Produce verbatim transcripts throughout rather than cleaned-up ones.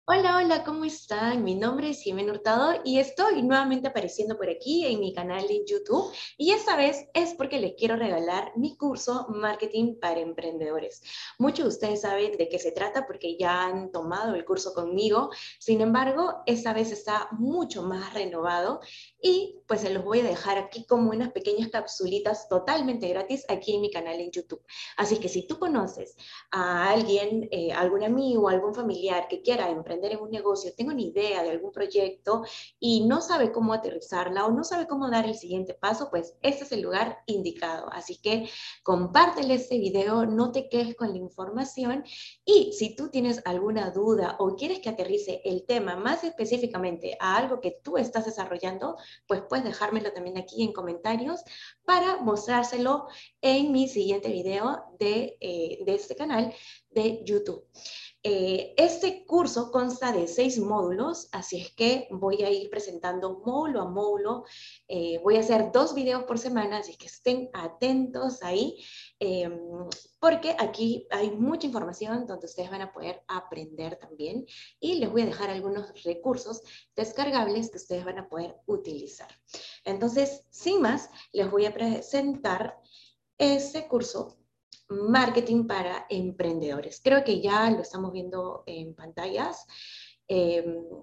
Hola, hola, ¿cómo están? Mi nombre es Jimena Hurtado y estoy nuevamente apareciendo por aquí en mi canal de YouTube y esta vez es porque les quiero regalar mi curso Marketing para Emprendedores. Muchos de ustedes saben de qué se trata porque ya han tomado el curso conmigo, sin embargo, esta vez está mucho más renovado y pues se los voy a dejar aquí como unas pequeñas capsulitas totalmente gratis aquí en mi canal en YouTube. Así que si tú conoces a alguien, eh, algún amigo, algún familiar que quiera emprender en un negocio, tenga una idea de algún proyecto y no sabe cómo aterrizarla o no sabe cómo dar el siguiente paso, pues este es el lugar indicado. Así que compártele este video, no te quedes con la información y si tú tienes alguna duda o quieres que aterrice el tema más específicamente a algo que tú estás desarrollando, pues puedes dejármelo también aquí en comentarios para mostrárselo en mi siguiente video de, eh, de este canal de YouTube. Eh, este curso consta de seis módulos, así es que voy a ir presentando módulo a módulo. Eh, voy a hacer dos videos por semana, así que estén atentos ahí, eh, porque aquí hay mucha información donde ustedes van a poder aprender también y les voy a dejar algunos recursos descargables que ustedes van a poder utilizar. Entonces, sin más, les voy a presentar este curso, Marketing para Emprendedores. Creo que ya lo estamos viendo en pantallas. Eh,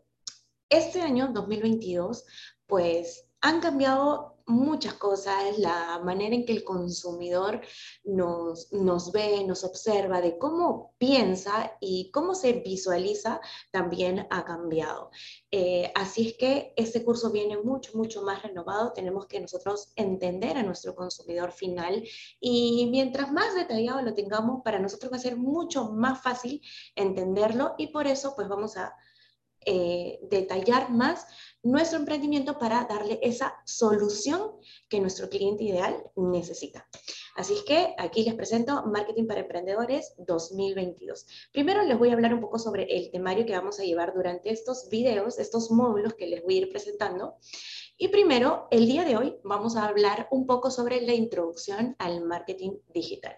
este año, dos mil veintidós, pues han cambiado muchas cosas, la manera en que el consumidor nos, nos ve, nos observa, de cómo piensa y cómo se visualiza, también ha cambiado. Eh, así es que este curso viene mucho, mucho más renovado. Tenemos que nosotros entender a nuestro consumidor final y mientras más detallado lo tengamos, para nosotros va a ser mucho más fácil entenderlo y por eso pues vamos a eh, detallar más nuestro emprendimiento para darle esa solución que nuestro cliente ideal necesita. Así es que aquí les presento Marketing para Emprendedores dos mil veintidós. Primero les voy a hablar un poco sobre el temario que vamos a llevar durante estos videos, estos módulos que les voy a ir presentando. Y primero, el día de hoy vamos a hablar un poco sobre la introducción al marketing digital.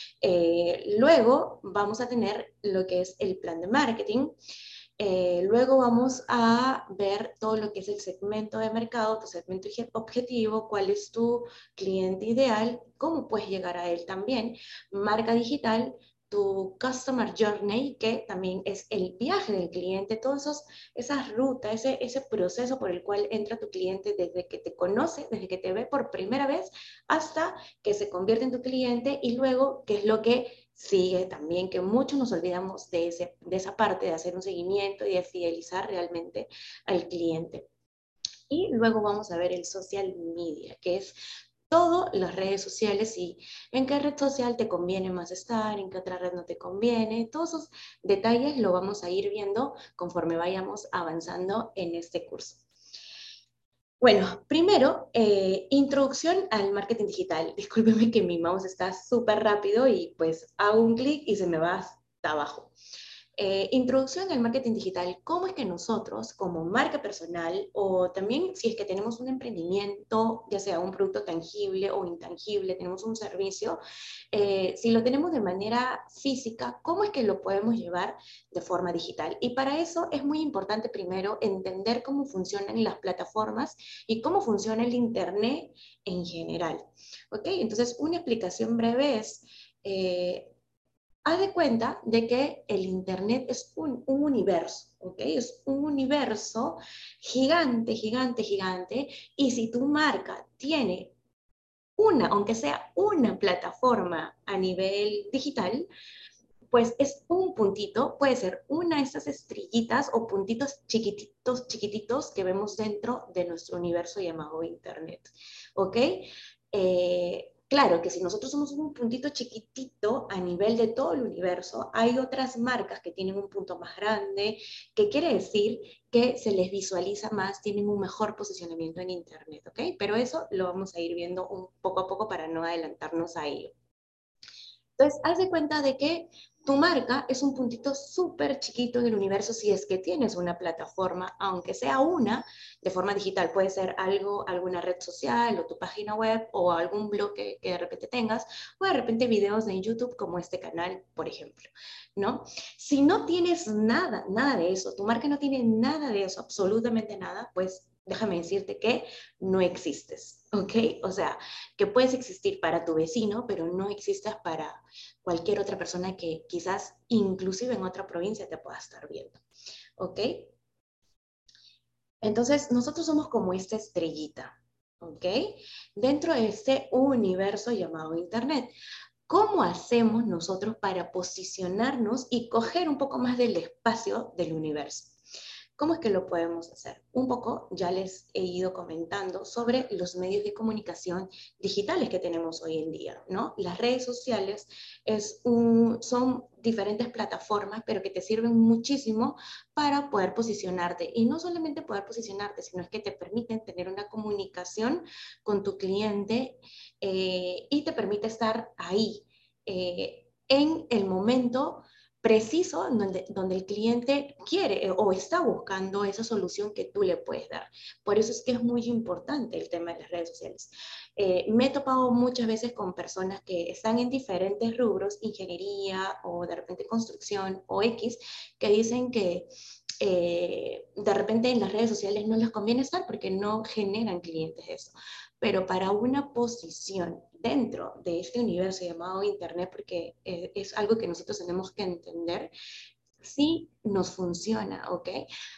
Eh, luego vamos a tener lo que es el plan de marketing. Eh, luego vamos a ver todo lo que es el segmento de mercado, tu segmento objetivo, cuál es tu cliente ideal, cómo puedes llegar a él también, marca digital, tu customer journey, que también es el viaje del cliente, todas esos, esas rutas, ese, ese proceso por el cual entra tu cliente desde que te conoce, desde que te ve por primera vez, hasta que se convierte en tu cliente y luego qué es lo que sigue también, que muchos nos olvidamos de, ese, de esa parte de hacer un seguimiento y de fidelizar realmente al cliente. Y luego vamos a ver el social media, que es todas las redes sociales y en qué red social te conviene más estar, en qué otra red no te conviene. Todos esos detalles lo vamos a ir viendo conforme vayamos avanzando en este curso. Bueno, primero, eh, introducción al marketing digital. Discúlpeme que mi mouse está súper rápido y pues hago un clic y se me va hasta abajo. Eh, introducción al marketing digital. ¿Cómo es que nosotros, como marca personal, o también si es que tenemos un emprendimiento, ya sea un producto tangible o intangible, tenemos un servicio, eh, si lo tenemos de manera física, ¿cómo es que lo podemos llevar de forma digital? Y para eso es muy importante primero entender cómo funcionan las plataformas y cómo funciona el Internet en general. ¿Ok? Entonces, una explicación breve es... Eh, haz de cuenta de que el Internet es un, un universo, ¿ok? Es un universo gigante, gigante, gigante, y si tu marca tiene una, aunque sea una plataforma a nivel digital, pues es un puntito, puede ser una de estas estrellitas o puntitos chiquititos, chiquititos que vemos dentro de nuestro universo llamado Internet, ¿ok? Eh, claro que si nosotros somos un puntito chiquitito a nivel de todo el universo, hay otras marcas que tienen un punto más grande, que quiere decir que se les visualiza más, tienen un mejor posicionamiento en Internet, ¿ok? Pero eso lo vamos a ir viendo un poco a poco para no adelantarnos a ello. Entonces, haz de cuenta de que Tu marca es un puntito súper chiquito en el universo si es que tienes una plataforma, aunque sea una, de forma digital. Puede ser algo, alguna red social o tu página web o algún blog que, que de repente tengas o de repente videos en YouTube como este canal, por ejemplo, ¿no? Si no tienes nada, nada de eso, tu marca no tiene nada de eso, absolutamente nada, pues déjame decirte que no existes, ¿ok? O sea, que puedes existir para tu vecino, pero no existas para cualquier otra persona que quizás inclusive en otra provincia te pueda estar viendo, ¿ok? Entonces, nosotros somos como esta estrellita, ¿ok? Dentro de este universo llamado Internet. ¿Cómo hacemos nosotros para posicionarnos y coger un poco más del espacio del universo? ¿Cómo es que lo podemos hacer? Un poco ya les he ido comentando sobre los medios de comunicación digitales que tenemos hoy en día, ¿no? Las redes sociales es un, son diferentes plataformas, pero que te sirven muchísimo para poder posicionarte. Y no solamente poder posicionarte, sino es que te permiten tener una comunicación con tu cliente eh, y te permite estar ahí eh, en el momento preciso donde, donde el cliente quiere eh, o está buscando esa solución que tú le puedes dar. Por eso es que es muy importante el tema de las redes sociales. Eh, me he topado muchas veces con personas que están en diferentes rubros, ingeniería o de repente construcción o X, que dicen que eh, de repente en las redes sociales no les conviene estar porque no generan clientes eso. Pero para una posición dentro de este universo llamado Internet, porque eh, es algo que nosotros tenemos que entender, sí nos funciona, ¿ok?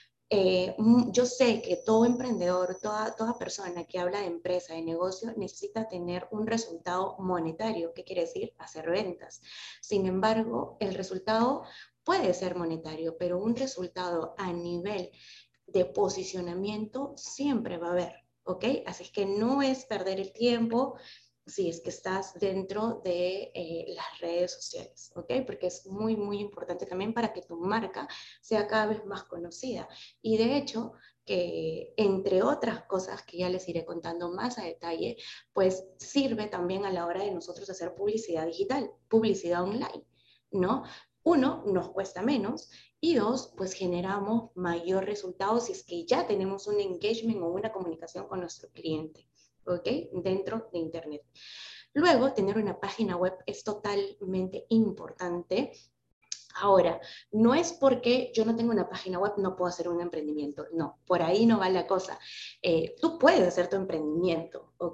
Eh, yo sé que todo emprendedor, toda, toda persona que habla de empresa, de negocio, necesita tener un resultado monetario. ¿Qué quiere decir? Hacer ventas. Sin embargo, el resultado puede ser monetario, pero un resultado a nivel de posicionamiento siempre va a haber, ¿ok? Así es que no es perder el tiempo si es que estás dentro de eh, las redes sociales, ¿ok? Porque es muy, muy importante también para que tu marca sea cada vez más conocida. Y de hecho, que entre otras cosas que ya les iré contando más a detalle, pues sirve también a la hora de nosotros hacer publicidad digital, publicidad online, ¿no? Uno, nos cuesta menos y dos, pues generamos mayor resultado si es que ya tenemos un engagement o una comunicación con nuestro cliente, ¿ok? Dentro de Internet. Luego, tener una página web es totalmente importante. Ahora, no es porque yo no tengo una página web, no puedo hacer un emprendimiento. No, por ahí no va la cosa. Eh, tú puedes hacer tu emprendimiento, ¿ok?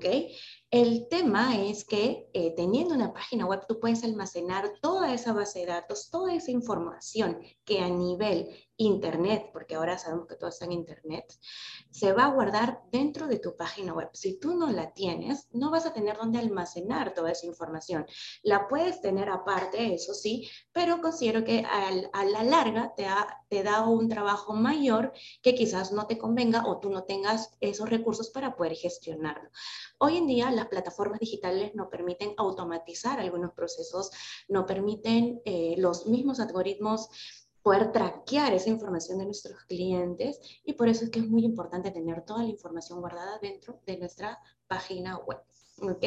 El tema es que eh, teniendo una página web, tú puedes almacenar toda esa base de datos, toda esa información que a nivel Internet, porque ahora sabemos que todo está en Internet, se va a guardar dentro de tu página web. Si tú no la tienes, no vas a tener dónde almacenar toda esa información. La puedes tener aparte, eso sí, pero considero que al, a la larga te, ha, te da un trabajo mayor que quizás no te convenga o tú no tengas esos recursos para poder gestionarlo. Hoy en día las plataformas digitales nos permiten automatizar algunos procesos, nos permiten eh, los mismos algoritmos poder traquear esa información de nuestros clientes y por eso es que es muy importante tener toda la información guardada dentro de nuestra página web. ¿Ok?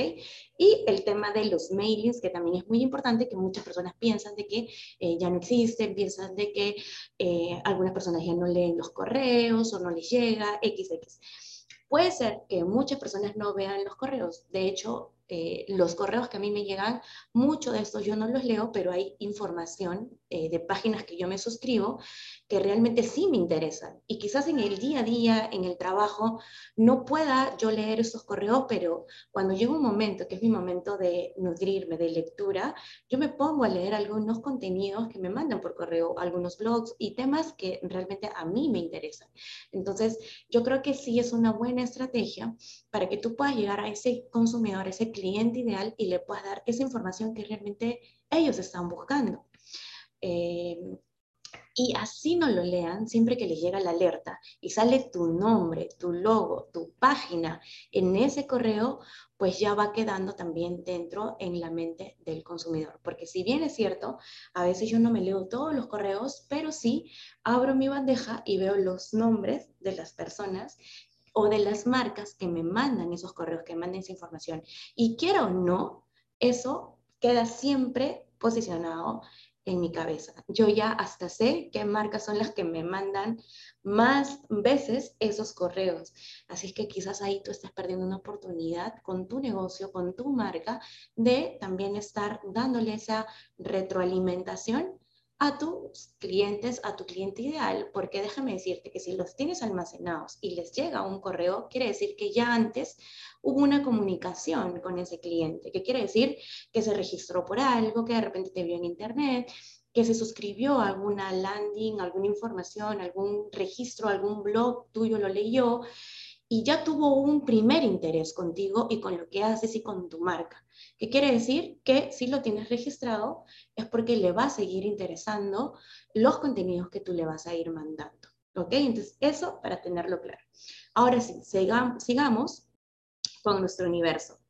Y el tema de los mailings, que también es muy importante, que muchas personas piensan de que eh, ya no existen, piensan de que eh, algunas personas ya no leen los correos o no les llega, equis equis. Puede ser que muchas personas no vean los correos. De hecho, eh, los correos que a mí me llegan, muchos de estos yo no los leo, pero hay información eh, de páginas que yo me suscribo que realmente sí me interesan. Y quizás en el día a día, en el trabajo, no pueda yo leer esos correos, pero cuando llega un momento, que es mi momento de nutrirme, de lectura, yo me pongo a leer algunos contenidos que me mandan por correo, algunos blogs y temas que realmente a mí me interesan. Entonces, yo creo que sí es una buena estrategia para que tú puedas llegar a ese consumidor, a ese cliente ideal y le puedas dar esa información que realmente ellos están buscando. Eh, y así no lo lean, siempre que les llega la alerta y sale tu nombre, tu logo, tu página en ese correo, pues ya va quedando también dentro en la mente del consumidor. Porque si bien es cierto, a veces yo no me leo todos los correos, pero sí abro mi bandeja y veo los nombres de las personas o de las marcas que me mandan esos correos, que mandan esa información. Y quiera o no, eso queda siempre posicionado en mi cabeza. Yo ya hasta sé qué marcas son las que me mandan más veces esos correos. Así es que quizás ahí tú estás perdiendo una oportunidad con tu negocio, con tu marca, de también estar dándole esa retroalimentación a tus clientes, a tu cliente ideal, porque déjame decirte que si los tienes almacenados y les llega un correo, quiere decir que ya antes hubo una comunicación con ese cliente, que quiere decir que se registró por algo, que de repente te vio en internet, que se suscribió a alguna landing, alguna información, algún registro, algún blog tuyo lo leyó y ya tuvo un primer interés contigo y con lo que haces y con tu marca. ¿Qué quiere decir? Que si lo tienes registrado es porque le va a seguir interesando los contenidos que tú le vas a ir mandando. ¿Ok? Entonces, eso para tenerlo claro. Ahora sí, sigamos, sigamos con nuestro universo.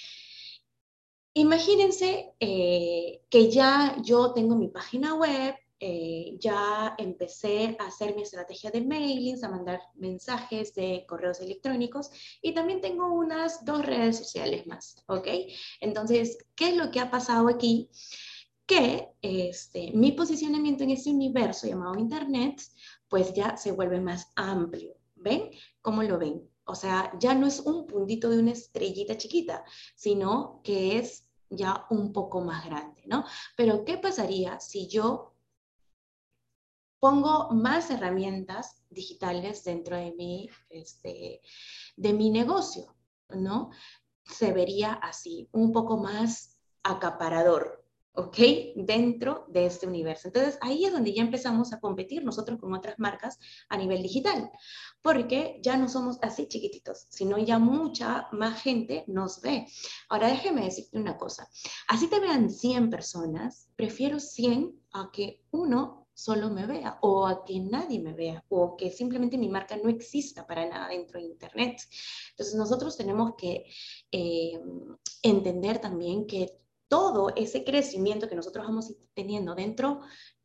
Imagínense eh, que ya yo tengo mi página web, eh, ya empecé a hacer mi estrategia de mailings, a mandar mensajes de correos electrónicos y también tengo unas dos redes sociales más, ¿ok? Entonces, ¿qué es lo que ha pasado aquí? Que este, mi posicionamiento en este universo llamado Internet, pues ya se vuelve más amplio. ¿Ven? ¿Cómo lo ven? O sea, ya no es un puntito de una estrellita chiquita, sino que es ya un poco más grande, ¿no? Pero ¿qué pasaría si yo pongo más herramientas digitales dentro de mi, este, de mi negocio, ¿no? Se vería así, un poco más acaparador, ¿ok? Dentro de este universo. Entonces, ahí es donde ya empezamos a competir nosotros con otras marcas a nivel digital, porque ya no somos así chiquititos, sino ya mucha más gente nos ve. Ahora, déjeme decirte una cosa. Así te vean cien personas, prefiero cien a que uno solo me vea o a que nadie me vea o que simplemente mi marca no exista para nada dentro de Internet. Entonces nosotros tenemos que eh, entender también que todo ese crecimiento que nosotros vamos teniendo dentro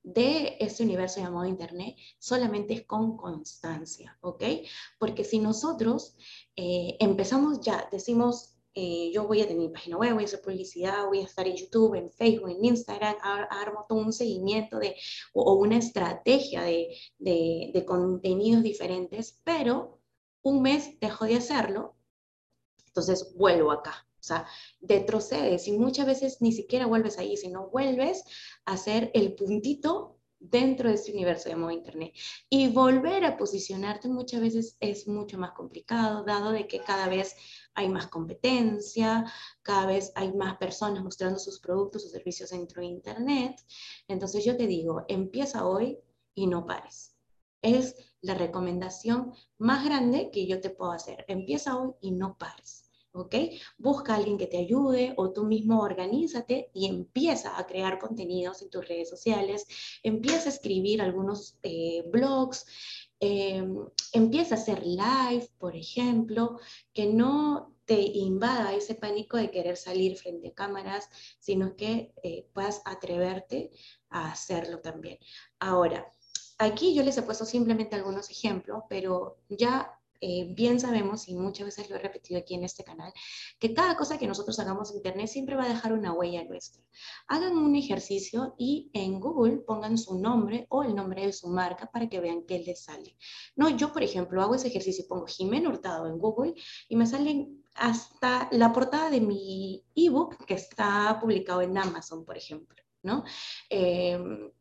de este universo llamado Internet solamente es con constancia, ¿ok? Porque si nosotros eh, empezamos ya, decimos, eh, yo voy a tener mi página web, voy a hacer publicidad, voy a estar en YouTube, en Facebook, en Instagram, ar armo todo un seguimiento de, o, o una estrategia de, de, de contenidos diferentes, pero un mes dejo de hacerlo, entonces vuelvo acá. O sea, retrocedes y muchas veces ni siquiera vuelves ahí, sino vuelves a hacer el puntito dentro de este universo de modo Internet. Y volver a posicionarte muchas veces es mucho más complicado, dado de que cada vez hay más competencia, cada vez hay más personas mostrando sus productos o servicios dentro de Internet. Entonces yo te digo, empieza hoy y no pares. Es la recomendación más grande que yo te puedo hacer. Empieza hoy y no pares. ¿Ok? Busca a alguien que te ayude o tú mismo organízate y empieza a crear contenidos en tus redes sociales, empieza a escribir algunos eh, blogs, eh, empieza a hacer live, por ejemplo, que no te invada ese pánico de querer salir frente a cámaras, sino que eh, puedas atreverte a hacerlo también. Ahora, aquí yo les he puesto simplemente algunos ejemplos, pero ya eh, bien sabemos, y muchas veces lo he repetido aquí en este canal, que cada cosa que nosotros hagamos en Internet siempre va a dejar una huella nuestra. Hagan un ejercicio y en Google pongan su nombre o el nombre de su marca para que vean qué les sale. No, yo, por ejemplo, hago ese ejercicio y pongo Jimena Hurtado en Google y me salen hasta la portada de mi ebook que está publicado en Amazon, por ejemplo, ¿no? Eh,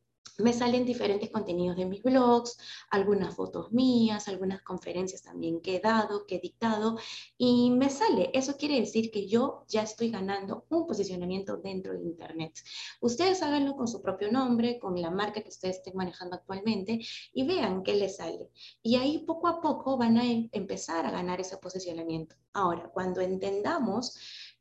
me salen diferentes contenidos de mis blogs, algunas fotos mías, algunas conferencias también que he dado, que he dictado, y me sale. Eso quiere decir que yo ya estoy ganando un posicionamiento dentro de Internet. Ustedes háganlo con su propio nombre, con la marca que ustedes estén manejando actualmente, y vean qué les sale. Y ahí poco a poco van a em empezar a ganar ese posicionamiento. Ahora, cuando entendamos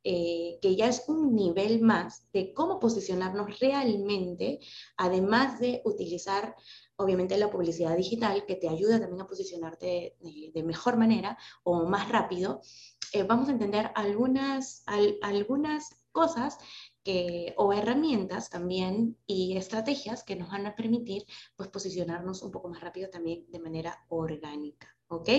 eh, que ya es un nivel más de cómo posicionarnos realmente, además de utilizar obviamente la publicidad digital que te ayuda también a posicionarte de, de mejor manera o más rápido, eh, vamos a entender algunas, al, algunas cosas que, o herramientas también y estrategias que nos van a permitir pues, posicionarnos un poco más rápido también de manera orgánica, ¿ok?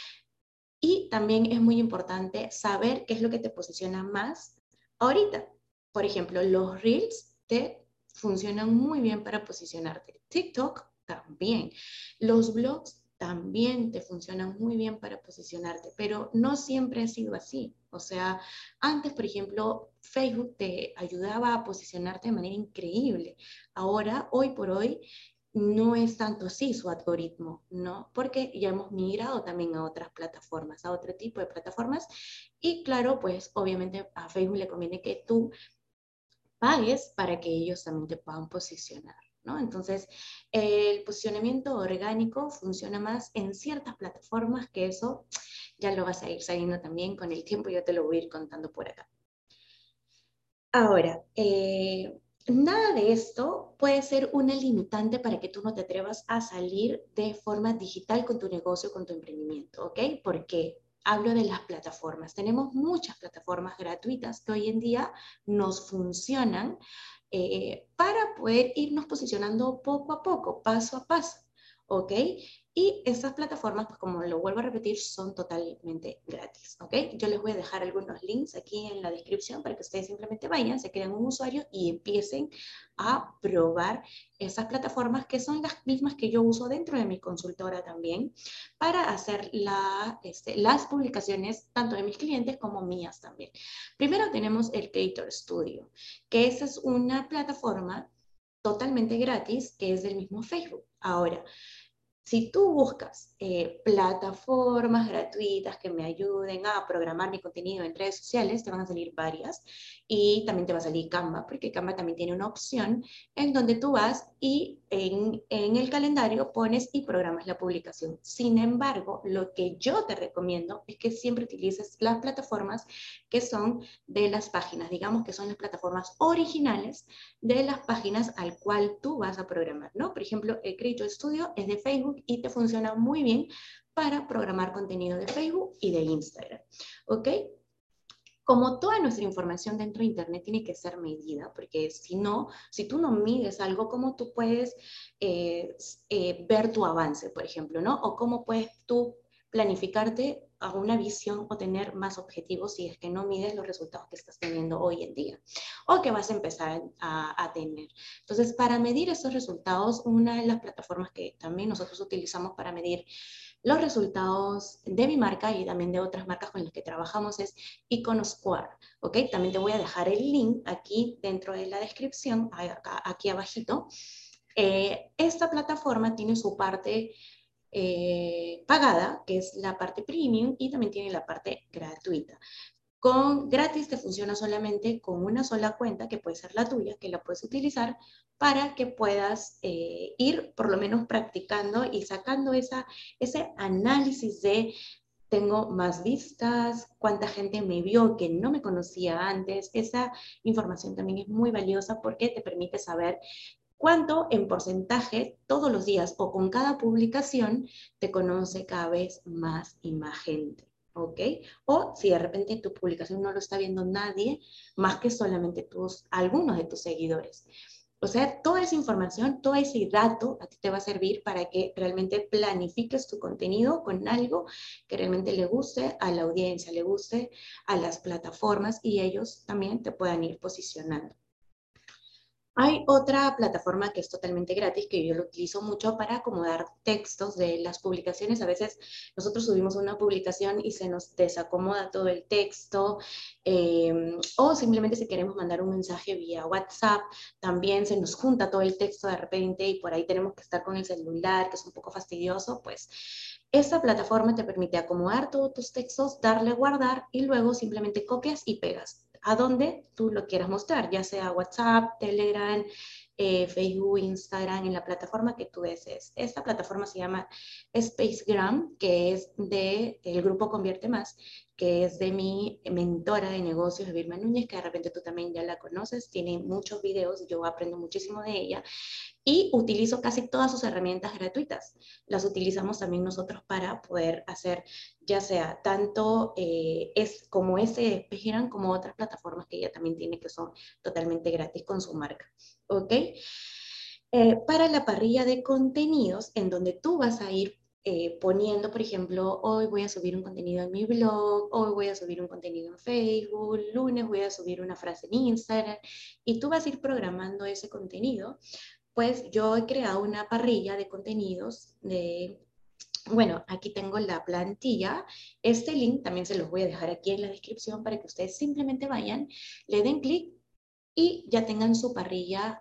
Y también es muy importante saber qué es lo que te posiciona más ahorita. Por ejemplo, los reels te funcionan muy bien para posicionarte. TikTok también. Los blogs también te funcionan muy bien para posicionarte, pero no siempre ha sido así. O sea, antes, por ejemplo, Facebook te ayudaba a posicionarte de manera increíble. Ahora, hoy por hoy, no es tanto así su algoritmo, ¿no? Porque ya hemos migrado también a otras plataformas, a otro tipo de plataformas. Y claro, pues obviamente a Facebook le conviene que tú pagues para que ellos también te puedan posicionar, ¿no? Entonces, el posicionamiento orgánico funciona más en ciertas plataformas, que eso ya lo vas a ir sabiendo también con el tiempo, yo te lo voy a ir contando por acá. Ahora, eh, nada de esto puede ser una limitante para que tú no te atrevas a salir de forma digital con tu negocio, con tu emprendimiento, ¿ok? Porque hablo de las plataformas. Tenemos muchas plataformas gratuitas que hoy en día nos funcionan eh, para poder irnos posicionando poco a poco, paso a paso, ¿ok? Y estas plataformas, pues como lo vuelvo a repetir, son totalmente gratis, ¿ok? Yo les voy a dejar algunos links aquí en la descripción para que ustedes simplemente vayan, se creen un usuario y empiecen a probar esas plataformas que son las mismas que yo uso dentro de mi consultora también para hacer la, este, las publicaciones tanto de mis clientes como mías también. Primero tenemos el Creator Studio, que esa es una plataforma totalmente gratis que es del mismo Facebook. Ahora, si tú buscas eh, plataformas gratuitas que me ayuden a programar mi contenido en redes sociales, te van a salir varias y también te va a salir Canva, porque Canva también tiene una opción en donde tú vas y en, en el calendario pones y programas la publicación. Sin embargo, lo que yo te recomiendo es que siempre utilices las plataformas que son de las páginas, digamos que son las plataformas originales de las páginas al cual tú vas a programar, ¿no? Por ejemplo, el Creator Studio es de Facebook y te funciona muy bien para programar contenido de Facebook y de Instagram, ¿ok? Como toda nuestra información dentro de Internet tiene que ser medida, porque si no, si tú no mides algo, ¿cómo tú puedes eh, eh, ver tu avance, por ejemplo, ¿no? O cómo puedes tú planificarte a una visión o tener más objetivos si es que no mides los resultados que estás teniendo hoy en día o que vas a empezar a, a tener. Entonces, para medir esos resultados, una de las plataformas que también nosotros utilizamos para medir los resultados de mi marca y también de otras marcas con las que trabajamos es Iconosquare, ¿ok? También te voy a dejar el link aquí dentro de la descripción, acá, aquí abajito. Eh, esta plataforma tiene su parte eh, pagada, que es la parte premium, y también tiene la parte gratuita. Con gratis te funciona solamente con una sola cuenta, que puede ser la tuya, que la puedes utilizar para que puedas eh, ir por lo menos practicando y sacando esa, ese análisis de tengo más vistas, cuánta gente me vio que no me conocía antes. Esa información también es muy valiosa porque te permite saber cuánto en porcentaje todos los días o con cada publicación te conoce cada vez más y más gente, ¿ok? O si de repente tu publicación no lo está viendo nadie, más que solamente tus, algunos de tus seguidores. O sea, toda esa información, todo ese dato a ti te va a servir para que realmente planifiques tu contenido con algo que realmente le guste a la audiencia, le guste a las plataformas y ellos también te puedan ir posicionando. Hay otra plataforma que es totalmente gratis, que yo lo utilizo mucho para acomodar textos de las publicaciones. A veces nosotros subimos una publicación y se nos desacomoda todo el texto, eh, o simplemente si queremos mandar un mensaje vía WhatsApp, también se nos junta todo el texto de repente y por ahí tenemos que estar con el celular, que es un poco fastidioso, pues esta plataforma te permite acomodar todos tus textos, darle a guardar y luego simplemente copias y pegas a donde tú lo quieras mostrar, ya sea WhatsApp, Telegram, eh, Facebook, Instagram, en la plataforma que tú desees. Esta plataforma se llama Spacegram, que es del de grupo Convierte Más, que es de mi mentora de negocios, Vilma Núñez, que de repente tú también ya la conoces, tiene muchos videos, yo aprendo muchísimo de ella, y utilizo casi todas sus herramientas gratuitas. Las utilizamos también nosotros para poder hacer, ya sea tanto eh, es, como ese Speakeran como otras plataformas que ella también tiene que son totalmente gratis con su marca. ¿Ok? Eh, para la parrilla de contenidos en donde tú vas a ir eh, poniendo, por ejemplo, hoy voy a subir un contenido en mi blog, hoy voy a subir un contenido en Facebook, lunes voy a subir una frase en Instagram, y tú vas a ir programando ese contenido. Pues yo he creado una parrilla de contenidos de... Bueno, aquí tengo la plantilla. Este link también se los voy a dejar aquí en la descripción para que ustedes simplemente vayan, le den clic y ya tengan su parrilla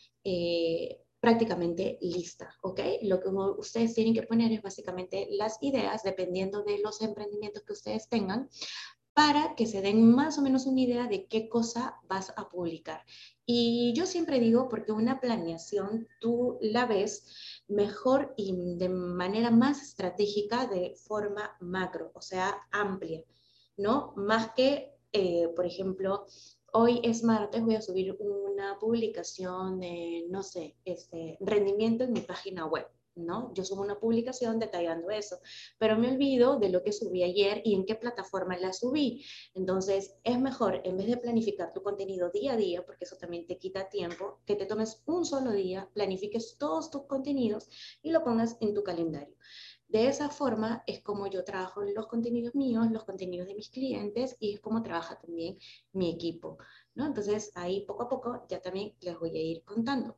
eh, prácticamente lista, ¿ok? Lo que ustedes tienen que poner es básicamente las ideas, dependiendo de los emprendimientos que ustedes tengan, para que se den más o menos una idea de qué cosa vas a publicar. Y yo siempre digo, porque una planeación tú la ves mejor y de manera más estratégica de forma macro, o sea, amplia, ¿no? Más que, eh, por ejemplo, hoy es martes, voy a subir una publicación de, no sé, este, rendimiento en mi página web, ¿no? Yo subo una publicación detallando eso, pero me olvido de lo que subí ayer y en qué plataforma la subí. Entonces, es mejor, en vez de planificar tu contenido día a día, porque eso también te quita tiempo, que te tomes un solo día, planifiques todos tus contenidos y lo pongas en tu calendario. De esa forma es como yo trabajo los contenidos míos, los contenidos de mis clientes, y es como trabaja también mi equipo, ¿no? Entonces, ahí poco a poco ya también les voy a ir contando.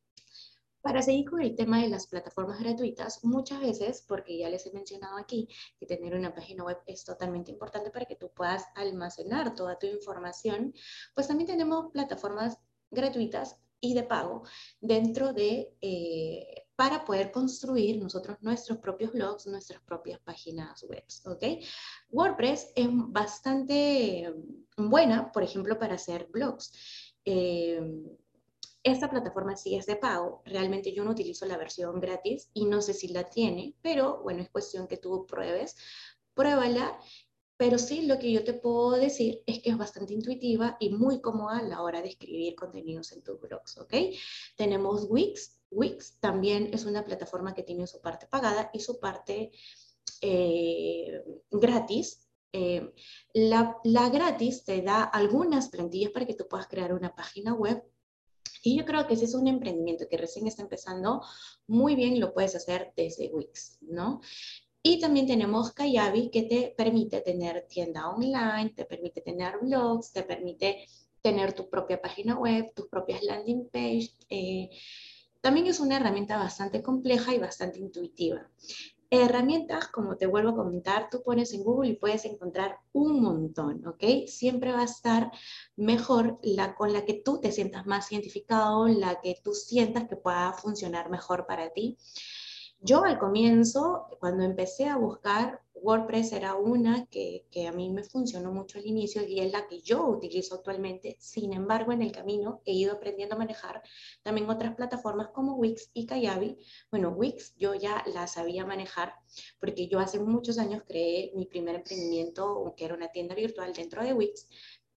Para seguir con el tema de las plataformas gratuitas, muchas veces, porque ya les he mencionado aquí, que tener una página web es totalmente importante para que tú puedas almacenar toda tu información, pues también tenemos plataformas gratuitas y de pago dentro de, eh, para poder construir nosotros nuestros propios blogs, nuestras propias páginas web, ¿ok? WordPress es bastante buena, por ejemplo, para hacer blogs. Eh, esta plataforma sí es de pago. Realmente yo no utilizo la versión gratis y no sé si la tiene, pero bueno, es cuestión que tú pruebes. Pruébala, pero sí lo que yo te puedo decir es que es bastante intuitiva y muy cómoda a la hora de escribir contenidos en tus blogs, ¿ok? Tenemos Wix. Wix también es una plataforma que tiene su parte pagada y su parte eh, gratis. Eh, la, la gratis te da algunas plantillas para que tú puedas crear una página web, y yo creo que ese es un emprendimiento que recién está empezando, muy bien lo puedes hacer desde Wix, ¿no? Y también tenemos Kajabi, que te permite tener tienda online, te permite tener blogs, te permite tener tu propia página web, tus propias landing page. Eh, también es una herramienta bastante compleja y bastante intuitiva. Herramientas, como te vuelvo a comentar, tú pones en Google y puedes encontrar un montón, ¿ok? Siempre va a estar mejor la con la que tú te sientas más identificado, la que tú sientas que pueda funcionar mejor para ti. Yo al comienzo, cuando empecé a buscar, WordPress era una que, que a mí me funcionó mucho al inicio y es la que yo utilizo actualmente. Sin embargo, en el camino he ido aprendiendo a manejar también otras plataformas como Wix y Kajabi. Bueno, Wix yo ya la sabía manejar porque yo hace muchos años creé mi primer emprendimiento, que era una tienda virtual dentro de Wix.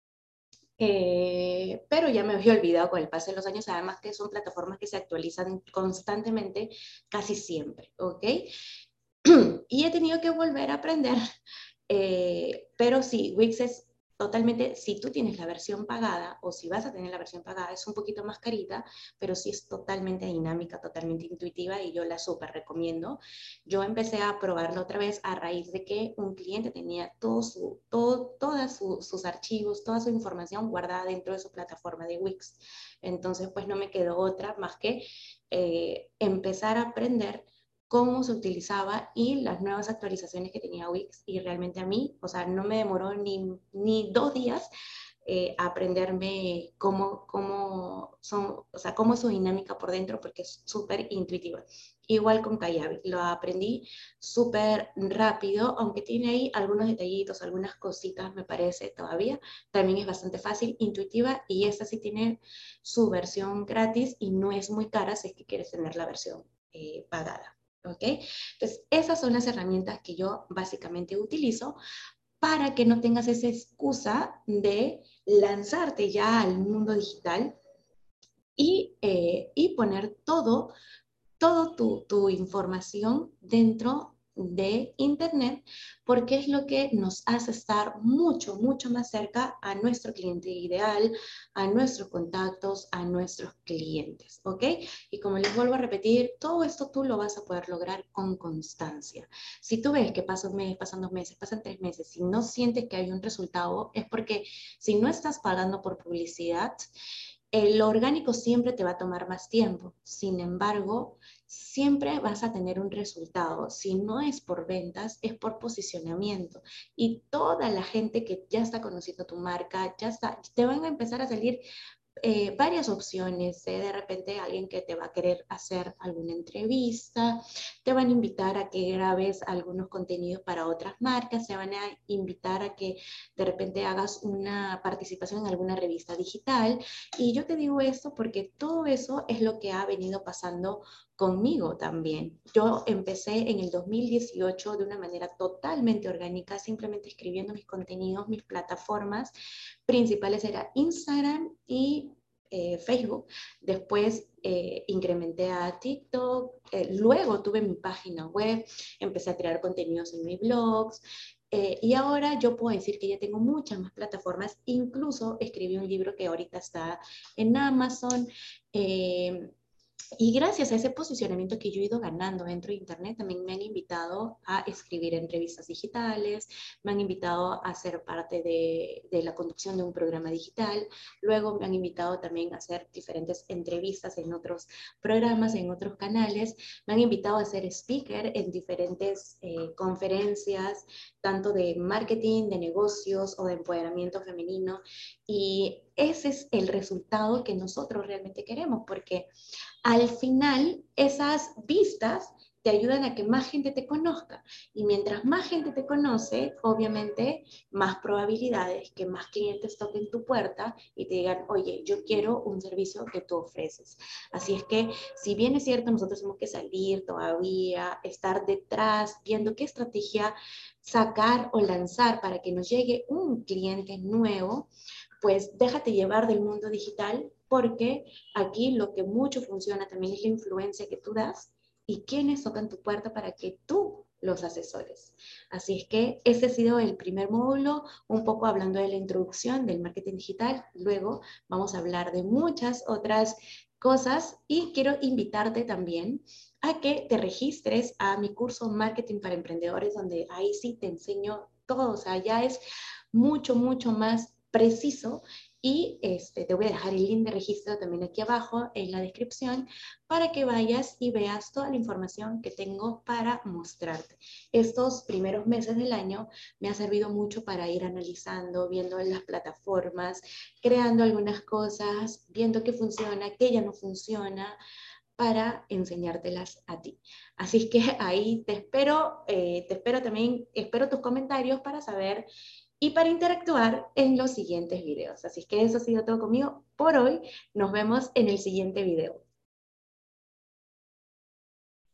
Eh, pero ya me había olvidado con el paso de los años, además que son plataformas que se actualizan constantemente, casi siempre, ¿ok? Y he tenido que volver a aprender, eh, pero sí, Wix es totalmente, si tú tienes la versión pagada o si vas a tener la versión pagada, es un poquito más carita, pero sí es totalmente dinámica, totalmente intuitiva y yo la súper recomiendo. Yo empecé a probarlo otra vez a raíz de que un cliente tenía todo su, todo, todos su, sus archivos, toda su información guardada dentro de su plataforma de Wix. Entonces, pues no me quedó otra más que eh, empezar a aprender cómo se utilizaba y las nuevas actualizaciones que tenía Wix, y realmente a mí, o sea, no me demoró ni, ni dos días eh, aprenderme cómo, cómo son, o sea, cómo es su dinámica por dentro, porque es súper intuitiva. Igual con Kajabi, lo aprendí súper rápido, aunque tiene ahí algunos detallitos, algunas cositas, me parece todavía. También es bastante fácil, intuitiva, y esta sí tiene su versión gratis y no es muy cara si es que quieres tener la versión eh, pagada. ¿Ok? Entonces, esas son las herramientas que yo básicamente utilizo para que no tengas esa excusa de lanzarte ya al mundo digital y, eh, y poner todo, todo tu, tu información dentro de Internet, porque es lo que nos hace estar mucho, mucho más cerca a nuestro cliente ideal, a nuestros contactos, a nuestros clientes, ¿ok? Y como les vuelvo a repetir, todo esto tú lo vas a poder lograr con constancia. Si tú ves que pasa un mes, pasan dos meses, pasan tres meses, y no sientes que hay un resultado, es porque si no estás pagando por publicidad, el orgánico siempre te va a tomar más tiempo. Sin embargo, siempre vas a tener un resultado. Si no es por ventas, es por posicionamiento. Y toda la gente que ya está conociendo tu marca, ya está, te van a empezar a salir eh, varias opciones. ¿Eh? De repente alguien que te va a querer hacer alguna entrevista, te van a invitar a que grabes algunos contenidos para otras marcas, te van a invitar a que de repente hagas una participación en alguna revista digital. Y yo te digo esto porque todo eso es lo que ha venido pasando conmigo también. Yo empecé en el dos mil dieciocho de una manera totalmente orgánica, simplemente escribiendo mis contenidos, mis plataformas principales era Instagram y eh, Facebook. Después eh, incrementé a TikTok, eh, luego tuve mi página web, empecé a crear contenidos en mis blogs, eh, y ahora yo puedo decir que ya tengo muchas más plataformas, incluso escribí un libro que ahorita está en Amazon. eh, y gracias a ese posicionamiento que yo he ido ganando dentro de Internet, también me han invitado a escribir en revistas digitales, me han invitado a ser parte de, de la conducción de un programa digital, luego me han invitado también a hacer diferentes entrevistas en otros programas, en otros canales, me han invitado a ser speaker en diferentes eh, conferencias, tanto de marketing, de negocios o de empoderamiento femenino, y ese es el resultado que nosotros realmente queremos, porque al final esas vistas te ayudan a que más gente te conozca. Y mientras más gente te conoce, obviamente, más probabilidades que más clientes toquen tu puerta y te digan, oye, yo quiero un servicio que tú ofreces. Así es que, si bien es cierto, nosotros tenemos que salir todavía, estar detrás, viendo qué estrategia sacar o lanzar para que nos llegue un cliente nuevo, pues déjate llevar del mundo digital, porque aquí lo que mucho funciona también es la influencia que tú das y quienes tocan tu puerta para que tú los asesores. Así es que ese ha sido el primer módulo, un poco hablando de la introducción del marketing digital. Luego vamos a hablar de muchas otras cosas y quiero invitarte también a que te registres a mi curso Marketing para Emprendedores, donde ahí sí te enseño todo, o sea, ya es mucho, mucho más preciso. Y este, te voy a dejar el link de registro también aquí abajo en la descripción para que vayas y veas toda la información que tengo para mostrarte. Estos primeros meses del año me ha servido mucho para ir analizando, viendo las plataformas, creando algunas cosas, viendo qué funciona, qué ya no funciona, para enseñártelas a ti. Así es que ahí te espero, eh, te espero también, espero tus comentarios para saber y para interactuar en los siguientes videos. Así es que eso ha sido todo conmigo por hoy. Nos vemos en el siguiente video.